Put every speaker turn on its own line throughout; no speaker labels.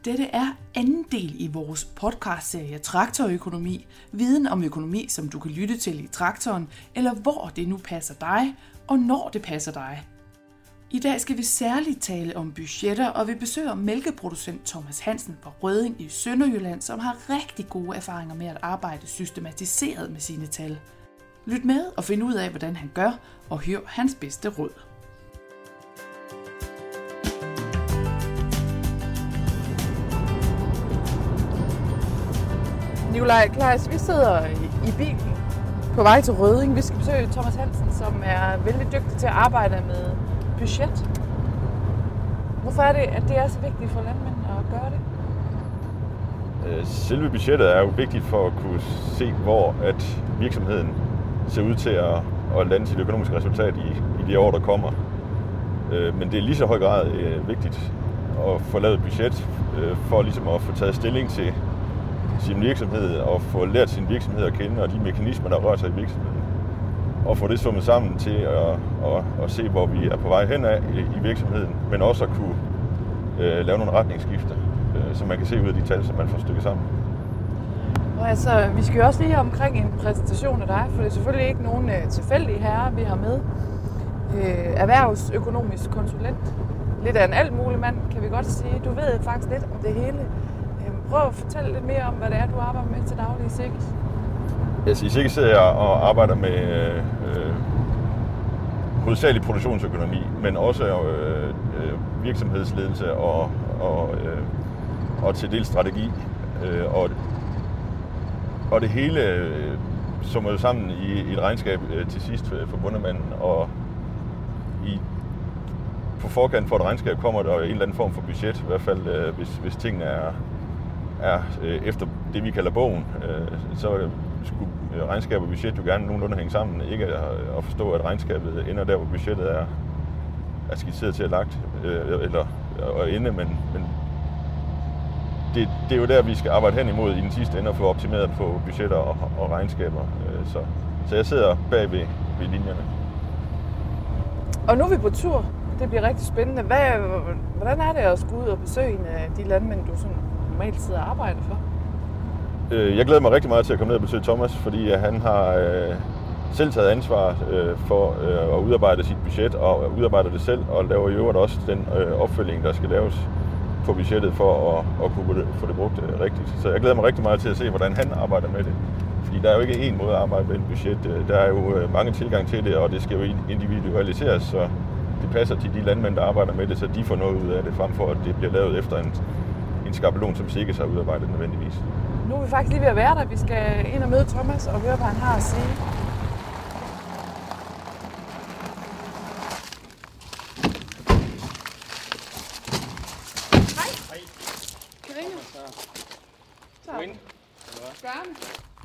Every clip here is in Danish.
Dette er anden del i vores podcastserie Traktorøkonomi. Viden om økonomi, som du kan lytte til i traktoren, eller hvor det nu passer dig, og når det passer dig. I dag skal vi særligt tale om budgetter, og vi besøger mælkeproducent Thomas Hansen fra Rødding i Sønderjylland, som har rigtig gode erfaringer med at arbejde systematiseret med sine tal. Lyt med og find ud af, hvordan han gør, og hør hans bedste råd. Nikolaj Klaas, vi sidder i bilen på vej til Rødding. Vi skal besøge Thomas Hansen, som er vældig dygtig til at arbejde med budget. Hvorfor er det, at det er så vigtigt for landmænd at gøre det?
Selve budgettet er jo vigtigt for at kunne se, hvor at virksomheden ser ud til at lande sit økonomiske resultat i de år, der kommer. Men det er lige så høj grad vigtigt at få lavet et budget for ligesom at få taget stilling til sin virksomhed og få lært sin virksomhed at kende og de mekanismer, der rører sig i virksomheden. Og få det summet sammen til at se, hvor vi er på vej hen af i virksomheden, men også at kunne lave nogle retningsskifter, så man kan se ud af de tal, som man får stykket sammen.
Og altså, vi skal jo også lige omkring en præsentation af dig, for det er selvfølgelig ikke nogen tilfældige herrer, vi har med. Erhvervsøkonomisk konsulent. Lidt af en alt mulig mand, kan vi godt sige. Du ved faktisk lidt om det hele. Prøv at fortælle lidt mere om, hvad det er, du arbejder med til daglig i Sikkes.
I Sikkes sidder jeg og arbejder med hovedsageligt produktionsøkonomi, men også virksomhedsledelse og til dels strategi. Og det hele summer jo sammen i et regnskab til sidst for bondemanden. Og på forkant for et regnskab kommer der en eller anden form for budget, i hvert fald hvis tingene er efter det, vi kalder bogen, så skulle regnskab og budget jo gerne nogenlunde hænge sammen. Ikke at forstå, at regnskabet ender der, hvor budgettet er skitseret til at lagt, eller at ende, men det er jo der, vi skal arbejde hen imod i den sidste ende og få optimeret på budgetter og regnskaber. Så jeg sidder bag ved linjerne.
Og nu er vi på tur. Det bliver rigtig spændende. Hvordan er det at skulle ud og besøge en af de landmænd, du sådan normalt sidder og arbejder for?
Jeg glæder mig rigtig meget til at komme ned og besøge Thomas, fordi han har selv taget ansvar for at udarbejde sit budget, og udarbejder det selv, og laver i øvrigt også den opfølging, der skal laves på budgettet for at kunne få det brugt rigtigt. Så jeg glæder mig rigtig meget til at se, hvordan han arbejder med det. Fordi der er jo ikke én måde at arbejde med et budget. Der er jo mange tilgang til det, og det skal jo individualiseres, så det passer til de landmænd, der arbejder med det, så de får noget ud af det, frem for at det bliver lavet efter en skabelon, som Sikkes har udarbejdet nødvendigvis.
Nu er vi faktisk lige ved at være der. Vi skal ind og møde Thomas og høre, hvad han har at sige. Hej. Hej. Karina. Så. Gerne.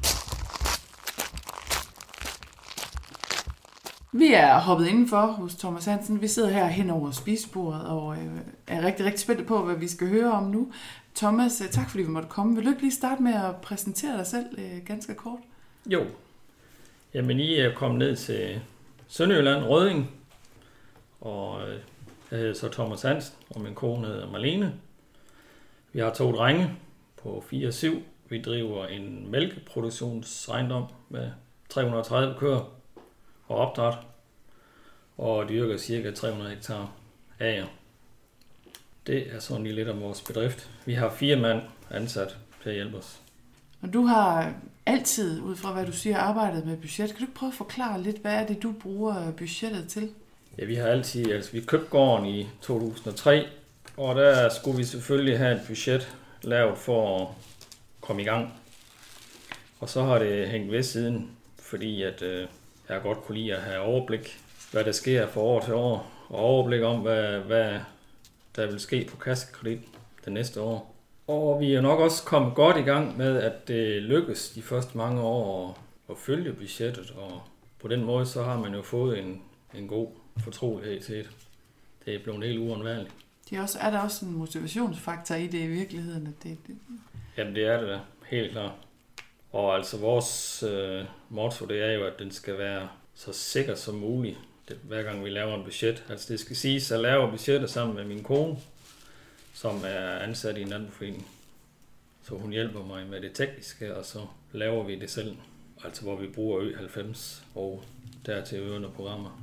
Vi er hoppet indenfor hos Thomas Hansen. Vi sidder her hen over spisebordet og er rigtig, rigtig spændte på, hvad vi skal høre om nu. Thomas, tak fordi vi måtte komme. Vil du ikke lige starte med at præsentere dig selv ganske kort?
Jo. Jamen, I er kommet ned til Sønderjylland, Rødding. Og jeg hedder så Thomas Hansen, og min kone hedder Marlene. Vi har 2 drenge på 4 og 7. Vi driver en mælkeproduktionsejendom med 330 køer og opdræt. Og dyrker cirka 300 hektar ager. Det er sådan lige lidt om vores bedrift. Vi har 4 mand ansat til at hjælpe os.
Og du har altid, ud fra hvad du siger, arbejdet med budget. Kan du ikke prøve at forklare lidt, hvad er det, du bruger budgettet til?
Ja, vi har altid, vi købte gården i 2003, og der skulle vi selvfølgelig have et budget lavet for at komme i gang. Og så har det hængt ved siden, fordi at jeg godt kunne lide at have overblik, hvad der sker fra år til år, og overblik om, hvad der vil ske på kassekredit det næste år. Og vi er nok også kommet godt i gang med, at det lykkes de første mange år at følge budgettet, og på den måde så har man jo fået en god fortrolighed til det. Det er blevet helt uundværligt.
Er der også en motivationsfaktor i det i virkeligheden?
Jamen det er det da, helt klart. Og altså vores motto, det er jo, at den skal være så sikker som muligt, hver gang vi laver en budget. Altså det skal siges, at jeg laver budgetter sammen med min kone, som er ansat i en landforening. Så hun hjælper mig med det tekniske, og så laver vi det selv. Altså hvor vi bruger Ø90 og dertil øvrende programmer.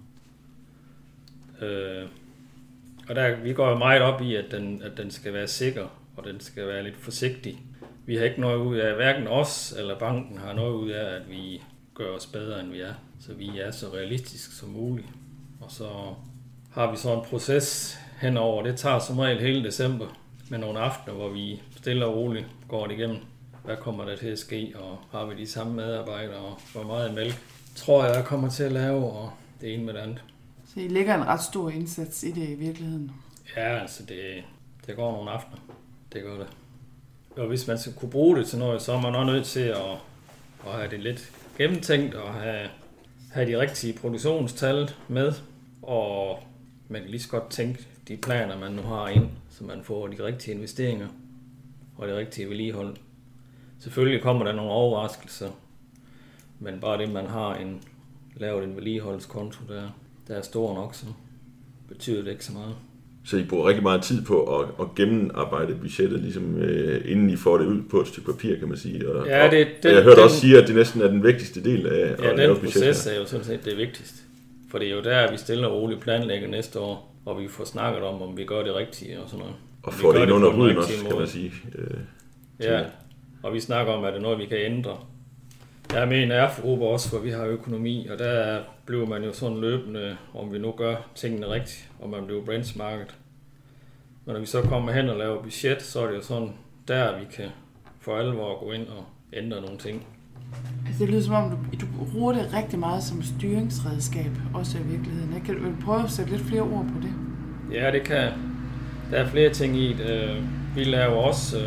Og vi går jo meget op i, at den skal være sikker, og den skal være lidt forsigtig. Vi har ikke noget ud af, hverken os eller banken har noget ud af, at vi gør os bedre, end vi er. Så vi er så realistiske som muligt. Og så har vi så en proces henover. Det tager som regel hele december med nogle aftener, hvor vi stille og roligt går det igennem. Hvad kommer der til at ske, og har vi de samme medarbejdere, og hvor meget mælk tror jeg kommer til at lave, og det ene med det andet.
Så I lægger en ret stor indsats i det i virkeligheden?
Ja, altså det går nogle aftener. Det gør det. Og hvis man skal kunne bruge det til noget, så er man også nødt til at have det lidt gennemtænkt, og have de rigtige produktionstal med, og man kan lige så godt tænke de planer, man nu har ind, så man får de rigtige investeringer og det rigtige vedligehold. Selvfølgelig kommer der nogle overraskelser, men bare det, man har lavet en vedligeholdskonto, der er stor nok, så betyder det ikke så meget.
Så I bruger rigtig meget tid på at gennemarbejde budgettet, ligesom inden I får det ud på et stykke papir, kan man sige. Og jeg hørte også sige, at det næsten er den vigtigste del af at lave budgettet. Ja, den
proces er jo sådan set det vigtigste. For det er jo der, vi stille og roligt planlægger næste år, og vi får snakket om vi gør det rigtige og sådan noget.
Og får det ind under huden også, kan man sige.
Ja, og vi snakker om, at det er noget, vi kan ændre. Jeg er med i en erfgruppe også, hvor vi har økonomi, og der bliver man jo sådan løbende, om vi nu gør tingene rigtigt, og man bliver benchmarket. Men når vi så kommer hen og laver budget, så er det jo sådan, der vi kan for alvor gå ind og ændre nogle ting.
Altså det lyder som om, du bruger det rigtig meget som styringsredskab, også i virkeligheden. Jeg kan prøve at sætte lidt flere ord på det?
Ja, det kan. Der er flere ting i det. Vi laver også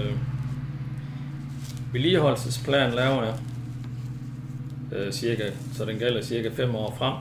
vedligeholdelsesplan, laver jeg. Så den gælder cirka 5 år frem.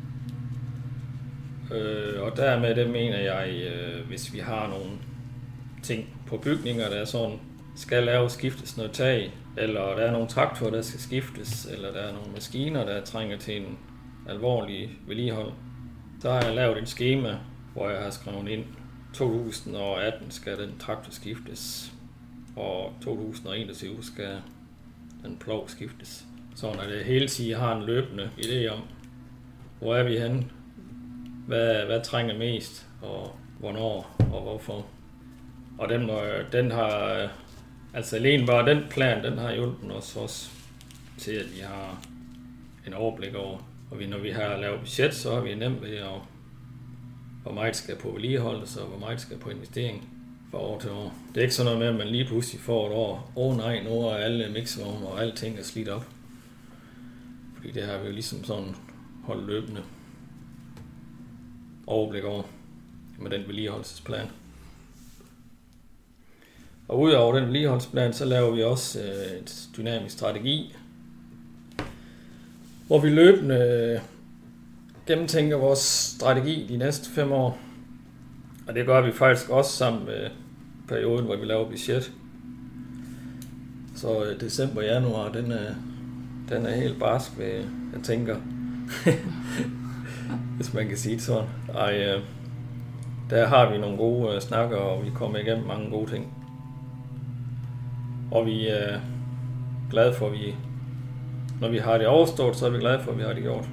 Og dermed det mener jeg, hvis vi har nogle ting på bygninger, der er sådan, skal skiftes noget tag, eller der er nogle traktorer, der skal skiftes, eller der er nogle maskiner, der trænger til en alvorlig vedligehold, så har jeg lavet et skema, hvor jeg har skrevet ind, 2018 skal den traktor skiftes, og 2021 skal den plov skiftes. Så når det hele tiden har en løbende idé om, hvor er vi henne, hvad trænger mest, og hvornår, og hvorfor. Og den har, altså alene bare den plan, den har hjulpet os også til, at vi har en overblik over. Og når vi har lavet budget, så har vi nemt ved, hvor meget skal på vedligeholdelse, og hvor meget skal på investering fra år til år. Det er ikke sådan noget med, at man lige pludselig får et år, nej, nu er alle mixvogne og alting er slidt op. Fordi det har vi jo ligesom sådan holdt løbende overblik over med den vedligeholdelsesplan. Og udover den vedligeholdelsesplan, så laver vi også et dynamisk strategi, hvor vi løbende gennemtænker vores strategi de næste 5 år. Og det gør vi faktisk også sammen med perioden, hvor vi laver budget. Så december og januar, den er helt barsk ved, jeg tænker, hvis man kan sige det sådan. Der har vi nogle gode snakker, og vi kommer igennem mange gode ting. Og vi er glade for, at når vi har det overstået, så er vi glade for, at vi har det gjort.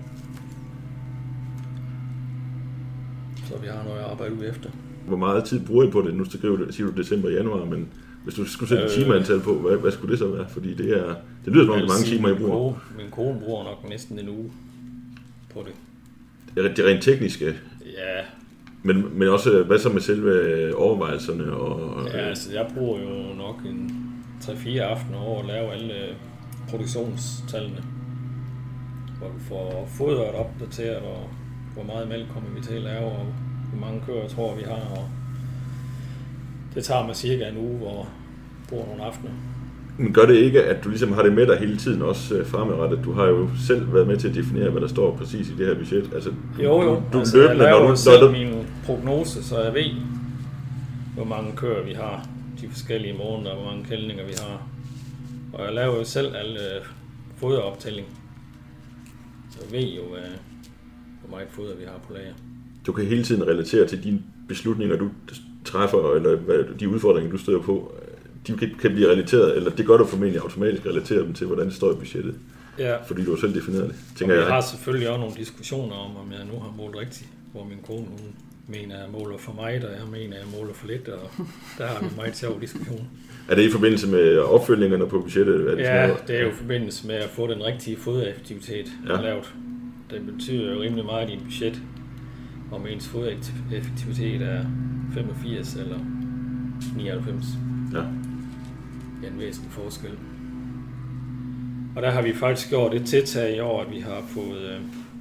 Så vi har noget at arbejde ud efter.
Hvor meget tid bruger I på det? Nu siger du december og januar, men hvis du skulle sætte timeantal på, hvad skulle det så være? Fordi det lyder som om, det er mange timer, I bruger.
Min kone bruger nok næsten en uge på det.
Det er rent tekniske?
Ja.
Men også, hvad så med selve overvejelserne?
Ja, altså jeg bruger jo nok en 3-4 aftener over at lave alle produktionstallene. Hvor vi får fodret opdateret, og hvor meget mælk kommer vi til at lave, og hvor mange køer tror vi har. Og det tager mig cirka en uge, hvor jeg bruger nogle aftener.
Men gør det ikke, at du ligesom har det med dig hele tiden, også fremadrettet? Du har jo selv været med til at definere, hvad der står præcis i det her budget. Altså,
jo. Altså, jeg laver jo selv min prognose, så jeg ved, hvor mange køer vi har de forskellige måneder, og hvor mange kældninger vi har. Og jeg laver jo selv alle foderoptælling. Så jeg ved jo, hvor meget foder vi har på lager.
Du kan hele tiden relatere til dine beslutninger, du træffer, eller de udfordringer, du støder på, de kan blive relateret, eller det gør du formentlig automatisk relatere dem til, hvordan det står i budgettet.
Ja.
Fordi du har selv defineret det.
Tænker jeg har selvfølgelig også nogle diskussioner om jeg nu har målt rigtigt, hvor min kone mener, at jeg måler for meget, og jeg mener, at jeg måler for lidt, og der har vi en meget sjov diskussion.
Er det i forbindelse med opfølgingerne på budgettet?
Ja, det er jo i forbindelse med at få den rigtige fodereffektivitet lavet. Det betyder jo rimelig meget i et budget, om ens fodereffektivitet er 85 eller 99. Ja. Det er en væsentlig forskel. Og der har vi faktisk gjort et tiltag i år, at vi har fået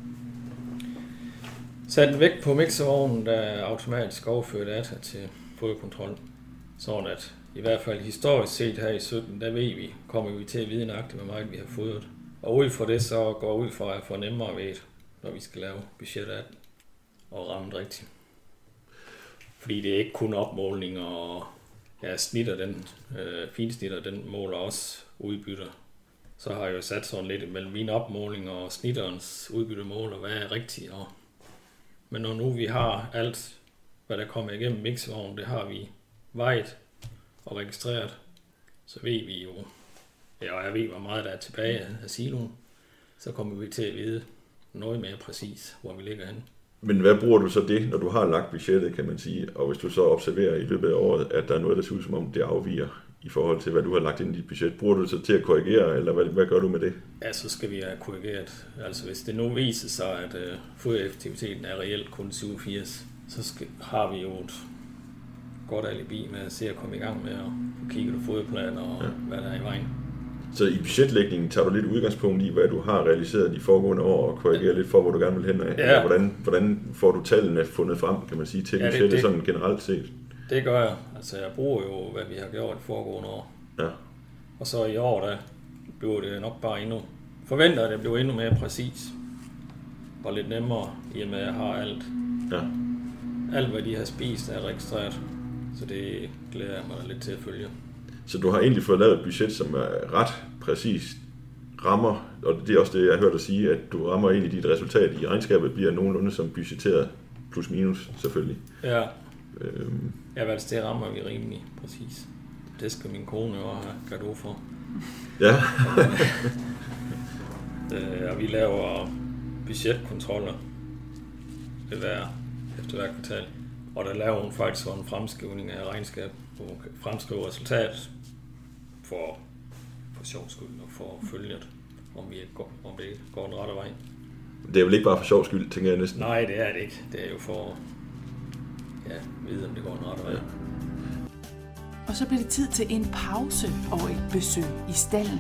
sat en vægt på mixervognen, der automatisk overfører data til foderkontrol. Sådan at i hvert fald historisk set her i 17, der ved vi, kommer vi til at vide nøjagtigt, hvor meget vi har fodret. Og ud fra det så går ud fra at få nemmere ved, når vi skal lave budgettet og ramme det rigtigt. Fordi det er ikke kun opmåling og snitter den, finsnitter, den måler også udbytter. Så har jeg jo sat sådan lidt mellem min opmåling og snitterens udbyttemål, og hvad er rigtigt. Men når nu vi har alt, hvad der kommer igennem mixervognen, det har vi vejet og registreret, så ved vi jo, og jeg ved, hvor meget der er tilbage af siloen, så kommer vi til at vide noget mere præcis, hvor vi ligger henne.
Men hvad bruger du så det, når du har lagt budgettet, kan man sige, og hvis du så observerer i løbet af året, at der er noget, der ser ud som om det afviger i forhold til, hvad du har lagt ind i dit budget, bruger du det så til at korrigere, eller hvad gør du med det?
Ja, så skal vi have korrigeret. Altså hvis det nu viser sig, at fodereffektiviteten er reelt kun 87, så har vi jo et godt alibi med at se at komme i gang med at kigge på foderplaner og hvad der er i vejen.
Så i budgetlægningen tager du lidt udgangspunkt i, hvad du har realiseret de foregående år, og korrigerer lidt for, hvor du gerne vil hen af. Ja. Hvordan får du tallene fundet frem, kan man sige, til budgettet sådan generelt set?
Det gør jeg. Altså jeg bruger jo, hvad vi har gjort i foregående år. Ja. Og så i år, der bliver det nok bare forventer, at det bliver endnu mere præcis. Og lidt nemmere, i og med at jeg har alt. Ja. Alt, hvad de har spist, er registreret. Så det glæder jeg mig lidt til at følge.
Så du har egentlig fået lavet et budget, som er ret præcist rammer, og det er også det, jeg har hørt dig sige, at du rammer egentlig dit resultat i regnskabet, bliver nogenlunde som budgetteret, plus minus selvfølgelig.
Ja. Ja, hvad det rammer vi rimelig præcis. Det skal min kone jo have gado for.
Ja.
Og vi laver budgetkontroller efter hver kvartal. Og der laver hun faktisk en fremskrivning af regnskab, hvor hun fremskriver resultat for sjov skyld og for at følge det, om det går den rette vej.
Det er vel ikke bare for sjov skyld, tænker jeg næsten?
Nej, det er det ikke. Det er jo for at vide, om det går den rette vej. Ja.
Og så bliver det tid til en pause og et besøg i stallen.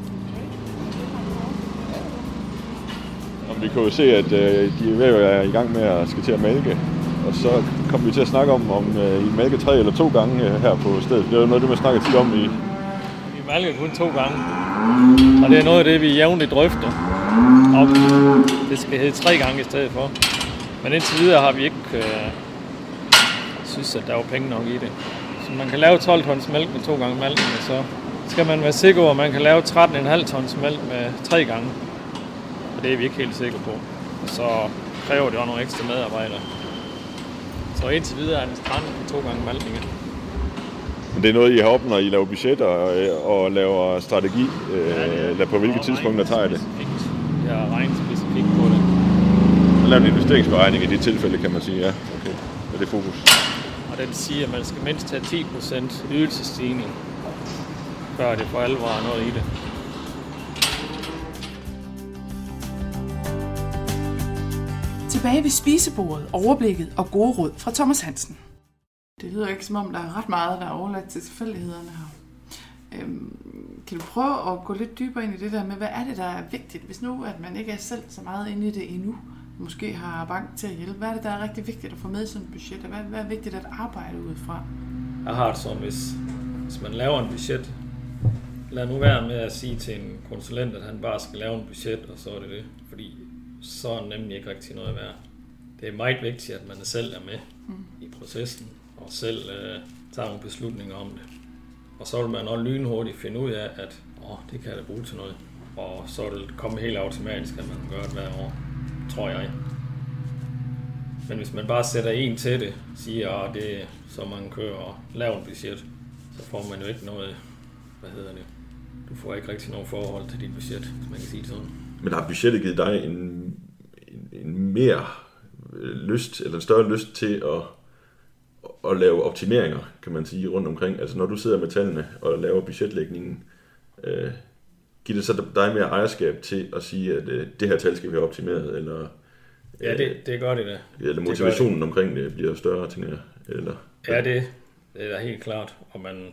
Vi kan jo se, at de er ved at være i gang med at skal til at mælke. Og så kommer vi til at snakke om I mælker 3 eller 2 gange her på stedet. Det er jo noget, det man snakker tit om i...
Vi mælker kun 2 gange. Og det er noget af det, vi jævnligt drøfter. Og det skal hedde 3 gange i stedet for. Men indtil videre har vi ikke synes, at der var penge nok i det. Så man kan lave 12 tons mælk med 2 gange mælkning, så skal man være sikker på, at man kan lave 13,5 tons mælk med 3 gange. Og det er vi ikke helt sikre på. Og så kræver det også nogle ekstra medarbejdere. Så indtil videre er den strandet på 2 gange malkninger.
Men det er noget, I har op, når I laver budgetter og laver strategi, på hvilke tidspunkter tager I det?
Jeg har regnet specifikt på det.
Og lavet en investeringsberegning i det tilfælde, kan man sige, ja. Okay. Det er fokus.
Og den siger, at man skal mindst have 10% ydelsesstigning, før det for alvor er noget i det.
Tilbage ved spisebordet, overblikket og gode råd fra Thomas Hansen. Det lyder ikke som om, der er ret meget, der er overladt til tilfældighederne her. Kan du prøve at gå lidt dybere ind i det der med, hvad er det, der er vigtigt? Hvis nu, at man ikke er selv så meget inde i det endnu, måske har bank til at hjælpe, hvad er det, der er rigtig vigtigt at få med i sådan et budget? Hvad er vigtigt at arbejde ud fra?
Jeg har det sådan, hvis man laver en budget, lad nu være med at sige til en konsulent, at han bare skal lave en budget, og så er det det. Fordi så er det nemlig ikke rigtig noget værd. Det er meget vigtigt, at man selv er med i processen, og selv tager nogle beslutninger om det. Og så vil man også lynhurtigt finde ud af, at det kan jeg da bruge til noget. Og så vil det komme helt automatisk, at man gør det hver år, tror jeg. Men hvis man bare sætter en til det, siger, at det er så mange kører og laver en budget, så får man jo ikke noget, du får ikke rigtig noget forhold til dit budget, hvis man kan sige det sådan.
Men har budgettet givet dig en mere lyst, eller en større lyst til at lave optimeringer, kan man sige, rundt omkring? Altså når du sidder med tallene og laver budgetlægningen, giver det så dig mere ejerskab til at sige, at det her tal skal vi have optimeret, eller...
Ja, det gør det da.
Eller motivationen omkring det bliver større, tænker jeg. Eller?
Ja, det er da helt klart. Og man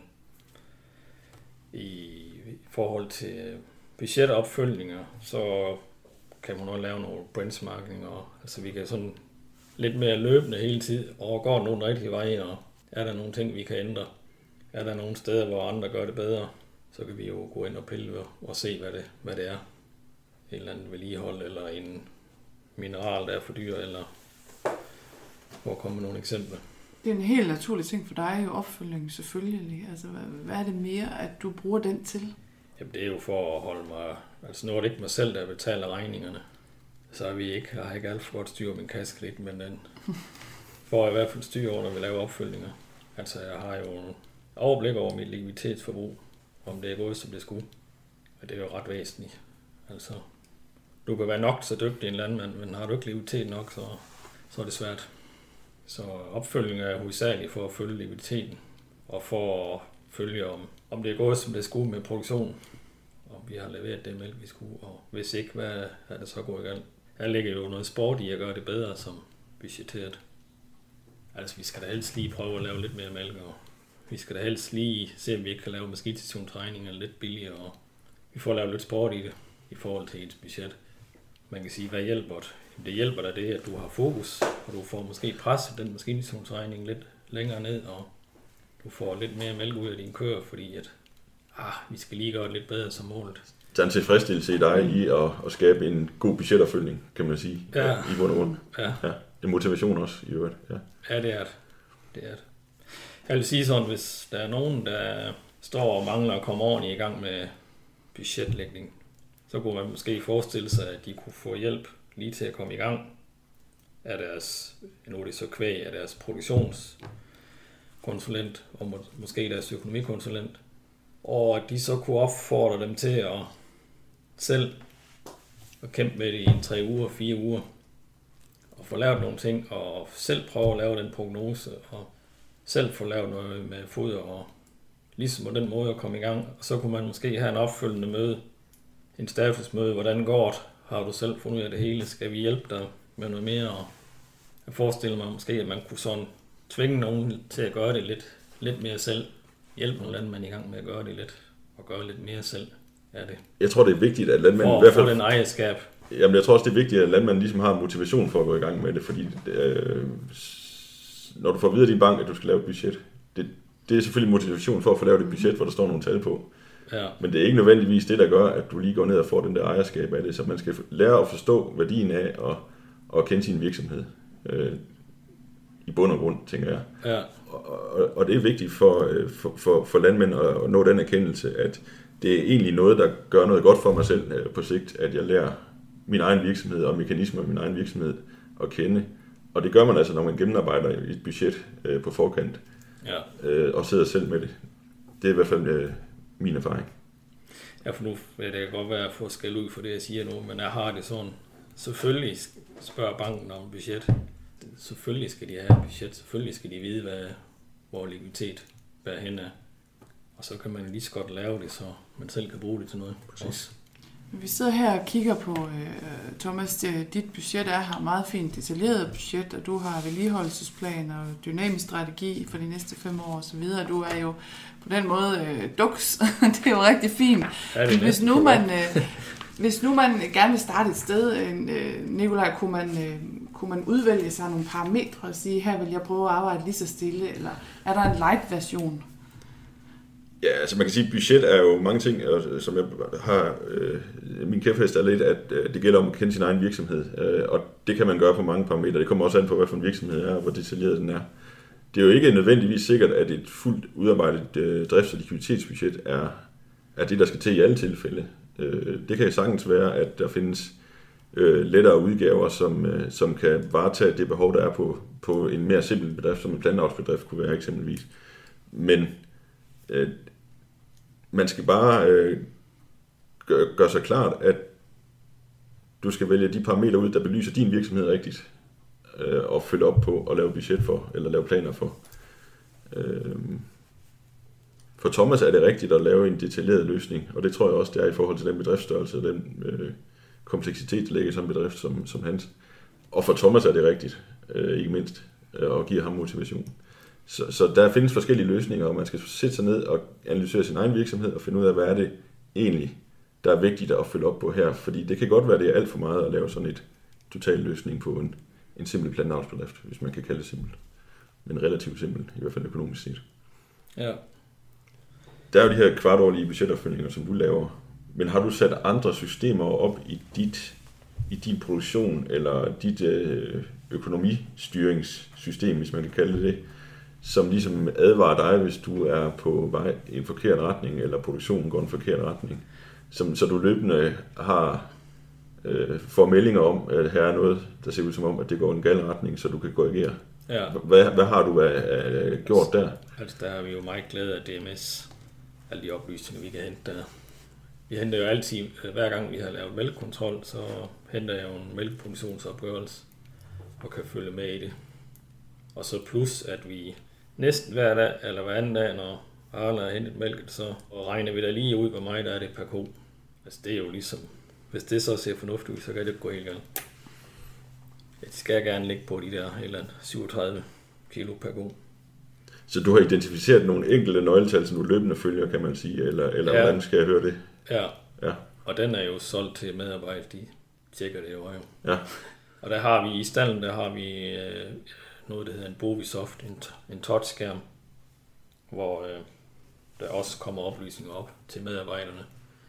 i forhold til budgetopfølgninger, så kan man også lave nogle benchmarking, og altså vi kan sådan lidt mere løbende hele tiden, og går nogle rigtige veje, og er der nogle ting, vi kan ændre? Er der nogle steder, hvor andre gør det bedre? Så kan vi jo gå ind og pille og se, hvad det er. Et eller andet vedligehold, eller en mineral, der er for dyr, eller hvor kommer nogle eksempler.
Det er en helt naturlig ting for dig, jo opfølgning selvfølgelig. Altså, hvad er det mere, at du bruger den til?
Jamen, det er jo for at holde mig... Altså, nu er det ikke mig selv, der betaler regningerne. Så har jeg ikke alt for godt styr på min kassekredit, men den får i hvert fald styr over, når vi laver opfølgninger. Altså, jeg har jo en overblik over mit likviditetsforbrug, om det er gået, som det skulle. Og det er jo ret væsentligt. Altså, du kan være nok så dygtig en landmand, men har du ikke likviditet nok, så er det svært. Så opfølgning er hovedsageligt for at følge likviditeten, og for at følge, om det er gået, som det skulle med produktion. Om vi har leveret det mælk, vi skulle, og hvis ikke, hvad er det så gået i gang? Her ligger jo noget sport i at gøre det bedre som budgetteret. Altså, vi skal da helst lige prøve at lave lidt mere mælk, og vi skal da helst lige se, om vi ikke kan lave maskinstationsregninger lidt billigere, og vi får lavet lidt sport i det, i forhold til ens budget. Man kan sige, hvad hjælper det? Det hjælper dig det, at du har fokus, og du får måske presset den maskinstationsregning lidt længere ned, og du får lidt mere mælk ud af dine køer, fordi at vi skal lige gøre det lidt bedre som målet.
Der er en tilfredsstillelse i dig i at skabe en god budgetopfølgning, kan man sige, i bund og grund.
Ja.
En motivation også, i øvrigt.
Ja, det er det. Jeg vil sige sådan, hvis der er nogen, der står og mangler at komme ordentligt i gang med budgetlægning, så kunne man måske forestille sig, at de kunne få hjælp lige til at komme i gang af deres, nu er det så kvæg, af deres produktionskonsulent, og måske deres økonomikonsulent, og at de så kunne opfordre dem til at selv at kæmpe med det i 3 uger, 4 uger, og få lavet nogle ting, og selv prøve at lave den prognose, og selv få lavet noget med foder, og ligesom på den måde at komme i gang. Og så kunne man måske have en opfølgende møde, en statusmøde, hvordan går det? Har du selv fundet ud af det hele? Skal vi hjælpe dig med noget mere? Og jeg forestiller mig måske, at man kunne sådan tvinge nogen til at gøre det lidt mere selv. Hjælpe nogle landmænd i gang med at gøre det lidt, og gøre lidt mere selv af det.
Jeg tror, det er vigtigt, at landmænd
i hvert fald... den ejerskab.
Jamen, jeg tror også, det er vigtigt, at landmænd ligesom har motivation for at gå i gang med det, fordi når du får videre din bank, at du skal lave et budget, det er selvfølgelig motivation for at få lavet et budget, hvor der står nogle tal på.
Ja.
Men det er ikke nødvendigvis det, der gør, at du lige går ned og får den der ejerskab af det, så man skal lære at forstå værdien af og kende sin virksomhed i bund og grund, tænker jeg.
Ja.
Og det er vigtigt for landmænd at nå den erkendelse, at det er egentlig noget, der gør noget godt for mig selv på sigt, at jeg lærer min egen virksomhed og mekanismer af min egen virksomhed at kende. Og det gør man altså, når man gennemarbejder i et budget på forkant, og sidder selv med det. Det er i hvert fald min erfaring.
Ja, for nu vil det godt være at få skæld ud for det, jeg siger nu, men jeg har det sådan, selvfølgelig spørger banken om budget. Selvfølgelig skal de have et budget, selvfølgelig skal de vide, hvor likviditet bærer hen af. Og så kan man lige så godt lave det, så man selv kan bruge det til noget.
Præcis.
Vi sidder her og kigger på, Thomas, dit budget er meget fint detaljeret budget, og du har vedligeholdelsesplan og dynamisk strategi for de næste 5 år osv. Du er jo på den måde duks. Det er jo rigtig fint.
Ja,
hvis nu man gerne vil starte et sted, Nikolaj, kunne man udvælge sig nogle parametre og sige, her vil jeg prøve at arbejde lige så stille, eller er der en light version?
Ja, altså man kan sige, at budget er jo mange ting, som jeg har, min kæphest er lidt, at det gælder om at kende sin egen virksomhed, og det kan man gøre på mange parametre. Det kommer også an på, hvad for en virksomhed er, og hvor detaljeret den er. Det er jo ikke nødvendigvis sikkert, at et fuldt udarbejdet drifts- og likviditetsbudget er det, der skal til i alle tilfælde. Det kan sagtens være, at der findes lettere udgaver, som kan varetage det behov, der er på en mere simpel bedrift, som en planteavlsbedrift kunne være eksempelvis. Men man skal bare gøre sig klart, at du skal vælge de parametre ud, der belyser din virksomhed rigtigt, og følge op på og lave budget for, eller lave planer for. For Thomas er det rigtigt at lave en detaljeret løsning, og det tror jeg også, det er i forhold til den bedriftsstørrelse og den kompleksitet, der ligger i sådan en bedrift som hans. Og for Thomas er det rigtigt, ikke mindst, og giver ham motivation. Så der findes forskellige løsninger, og man skal sætte sig ned og analysere sin egen virksomhed og finde ud af, hvad er det egentlig, der er vigtigt at følge op på her. Fordi det kan godt være, det er alt for meget at lave sådan et total løsning på en simpel planteavlsbedrift, hvis man kan kalde det simpelt. Men relativt simpelt, i hvert fald økonomisk set.
Ja.
Der er jo de her kvartårlige budgetopfølgninger, som du laver. Men har du sat andre systemer op i din produktion, eller dit økonomistyringssystem, hvis man kan kalde det, som ligesom advarer dig, hvis du er på vej i en forkert retning, eller produktionen går i en forkert retning, så du løbende får meldinger om, at her er noget, der ser ud som om, at det går i en gal retning, så du kan korrigere.
Ja.
Hvad har du gjort der?
Altså, der er vi jo meget glade af DMS, alle de oplysninger, vi kan hente der. Vi henter jo altid, hver gang vi har lavet mælkekontrol, så henter jeg jo en mælkeproduktionsopgørelse og kan følge med i det. Og så plus, at vi næsten hver dag, eller hver anden dag, når Arla har hentet mælket, så regner vi da lige ud, hvor meget der er det per ko. Altså det er jo ligesom, hvis det så ser fornuftigt ud, så kan det ikke gå helt galt. Det skal gerne ligge på de der eller 37 kilo per ko. Så
du har identificeret nogle enkelte nøgletal, som du løbende følger, kan man sige, eller ja. Hvordan skal jeg høre det?
Ja, og den er jo solgt til medarbejdere, de tjekker det jo.
Ja.
Og der har vi i stallen, der har vi noget, der hedder en Bovisoft, en touchskærm, hvor der også kommer oplysninger op til medarbejderne.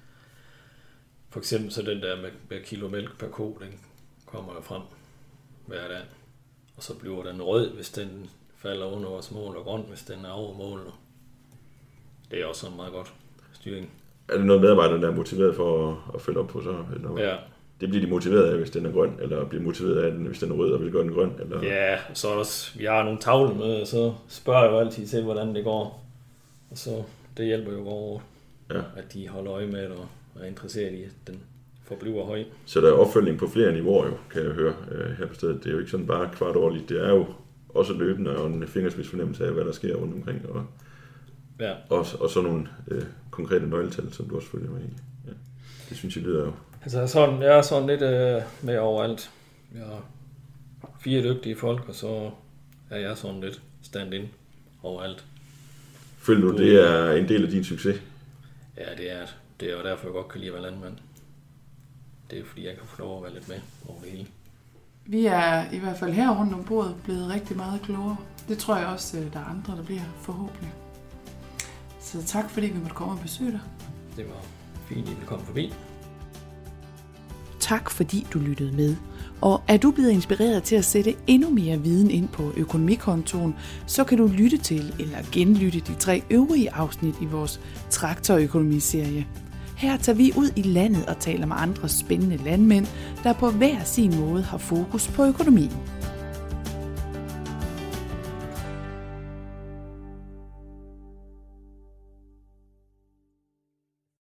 For eksempel så den der med kilo mælk per ko, den kommer jo frem hver dag. Og så bliver den rød, hvis den falder under vores mål, og grøn, hvis den er over mål. Det er også en meget godt styring.
Er det noget medarbejderne, der er motiveret for at følge op på så? Eller?
Ja.
Det bliver de motiveret af, hvis den er grøn, eller bliver motiveret af den, hvis den er rød, og vil gøre den grøn? Eller?
Ja, så også, vi har nogle tavler med, og så spørger jeg jo altid til, hvordan det går. Og så det hjælper jo over, at de holder øje med det, og er interesseret i, at den forbliver høj. Så
der er opfølgning på flere niveauer, jo, kan jeg høre her på stedet. Det er jo ikke sådan bare kvartårligt, det er jo også løbende, og en fingerspidsfornemmelse af, hvad der sker rundt omkring, og så nogle konkrete nøgletal, som du også følger med i. Ja. Det synes jeg lyder jo.
Altså jeg er sådan lidt med overalt. Jeg har 4 dygtige folk, og så er jeg sådan lidt stand-in overalt.
Føler du, det er en del af din succes?
Ja, det er det. Det er jo derfor, jeg godt kan lide at være landmand. Det er fordi, jeg kan få lov at være lidt med over det hele.
Vi er i hvert fald her rundt om bordet blevet rigtig meget klogere. Det tror jeg også, der er andre, der bliver forhåbentlig. Så tak fordi vi måtte komme og besøge dig.
Det var fint, at I ville komme forbi.
Tak fordi du lyttede med. Og er du blevet inspireret til at sætte endnu mere viden ind på økonomikontoen, så kan du lytte til eller genlytte de 3 øvrige afsnit i vores traktorøkonomiserie. Her tager vi ud i landet og taler med andre spændende landmænd, der på hver sin måde har fokus på økonomien.